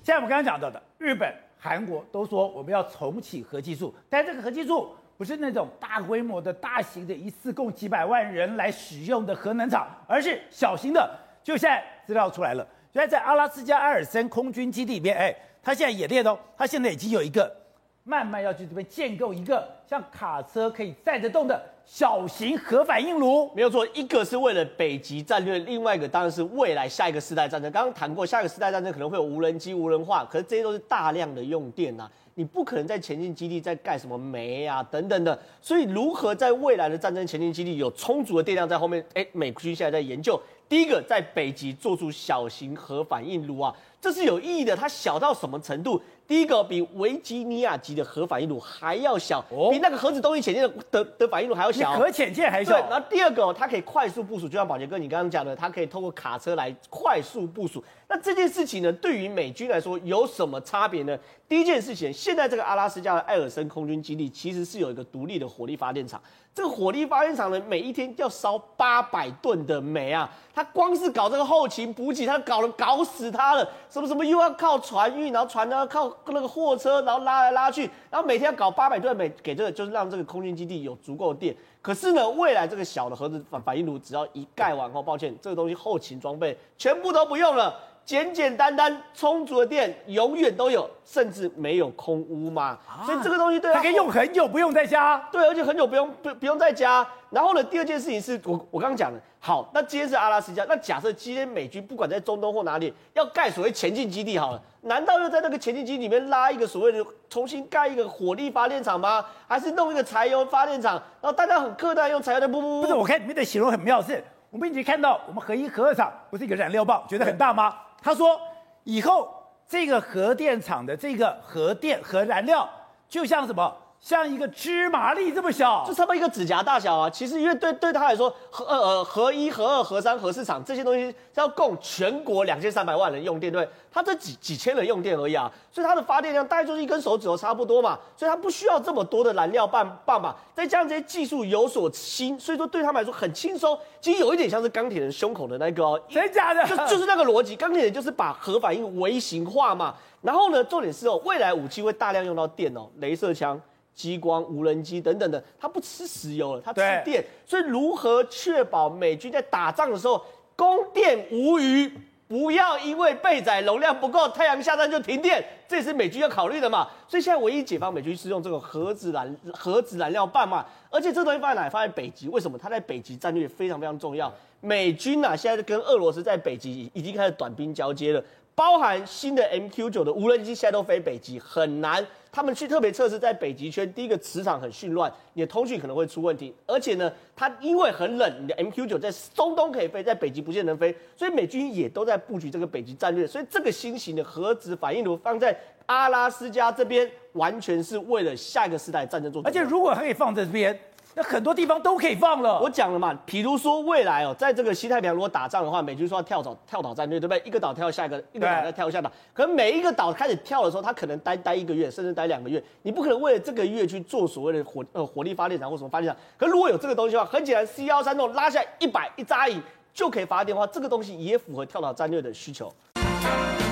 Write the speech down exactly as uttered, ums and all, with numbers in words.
现在我们刚刚讲到的，日本、韩国都说我们要重启核技术，但这个核技术不是那种大规模的大型的，一次供几百万人来使用的核能厂，而是小型的。就现在资料出来了，就在在阿拉斯加埃尔森空军基地里面，哎，他现在演练哦，他现在已经有一个慢慢要去这边建构一个像卡车可以载得动的小型核反应炉。 没有错，一个是为了北极战略，另外一个当然是未来下一个世代战争。刚刚谈过，下一个世代战争可能会有无人机、无人化，可是这些都是大量的用电啊，你不可能在前进基地再盖什么煤啊等等的。所以如何在未来的战争前进基地有充足的电量在后面？哎，美军现在在研究，第一个在北极做出小型核反应炉啊，这是有意义的。它小到什么程度？第一个比维吉尼亚级的核反应炉还要小，哦、比那个核子动力潜舰的的的反应炉还要小， 比核潜舰还小。 对，然后第二个、哦，它可以快速部署，就像宝杰哥你刚刚讲的，它可以透过卡车来快速部署。那这件事情呢，对于美军来说有什么差别呢？第一件事情，现在这个阿拉斯加的埃尔森空军基地其实是有一个独立的火力发电厂。这个火力发电厂呢，每一天要烧八百吨的煤啊！它光是搞这个后勤补给，它搞了搞死它了。什么什么又要靠船运，然后船呢要靠那个货车，然后拉来拉去，然后每天要搞八百吨煤给这个，就是让这个空军基地有足够的电。可是呢，未来这个小的核子反反应炉只要一盖完后，抱歉，这个东西后勤装备全部都不用了。简简单单充足的电永远都有，甚至没有空污嘛、啊，所以这个东西对它可以用很久不用再加， 对，而且很久不用不不用再加。然后呢，第二件事情是我我刚刚讲的，好，那今天是阿拉斯加，那假设今天美军不管在中东或哪里要盖所谓前进基地好了，难道要在那个前进基地里面拉一个所谓的重新盖一个火力发电厂吗？还是弄一个柴油发电厂，然后大家很客观用柴油的不不不？ 不是，我看里面的形容很妙是，我们已经看到我们核一、核二厂不是一个燃料棒，觉得很大吗？他说，以后这个核电厂的这个核电核燃料，就像什么，像一个芝麻粒这么小， 就差不多一个指甲大小啊。其实因为对对他来说，核呃核一、核二、核三、核四厂这些东西是要供全国两千三百万人用电，对，它这几几千人用电而已啊，所以它的发电量大概就是一根手指头差不多嘛，所以它不需要这么多的燃料棒棒嘛。再加上这些技术有所新，所以说对他们来说很轻松。其实有一点像是钢铁人胸口的那个哦， 真假的？ 就就是那个逻辑，钢铁人就是把核反应微型化嘛。然后呢，重点是哦，未来武器会大量用到电哦，雷射枪、激光、无人机等等的，它不吃石油了，它吃电。所以如何确保美军在打仗的时候供电无虞？不要因为备载容量不够，太阳下山就停电，这也是美军要考虑的嘛。所以现在唯一解放美军是用这个核子燃核子燃料棒嘛，而且这东西放在哪里？放在北极，为什么？它在北极战略非常非常重要。美军啊，现在跟俄罗斯在北极已经开始短兵交接了，包含新的 M Q 九的无人机现在都飞北极，很难。他们去特别测试在北极圈，第一个磁场很混乱，你的通讯可能会出问题，而且呢，它因为很冷，你的 M Q 九在中东可以飞，在北极不见能飞，所以美军也都在布局这个北极战略。所以这个新型的核子反应炉放在阿拉斯加这边，完全是为了下一个时代的战争做准备。 而且如果它可以放在这边，那很多地方都可以放了。 我讲了嘛，比如说未来哦，在这个西太平洋如果打仗的话，美军说要跳岛跳岛战略，对不对？一个岛跳下一个，一个岛再跳下岛。可能每一个岛开始跳的时候，它可能待待一个月，甚至待两个月。你不可能为了这个月去做所谓的火呃火力发电厂或什么发电厂。可如果有这个东西的话，很简单 ，C 一三那种拉下一百一扎引就可以发电的话，这个东西也符合跳岛战略的需求。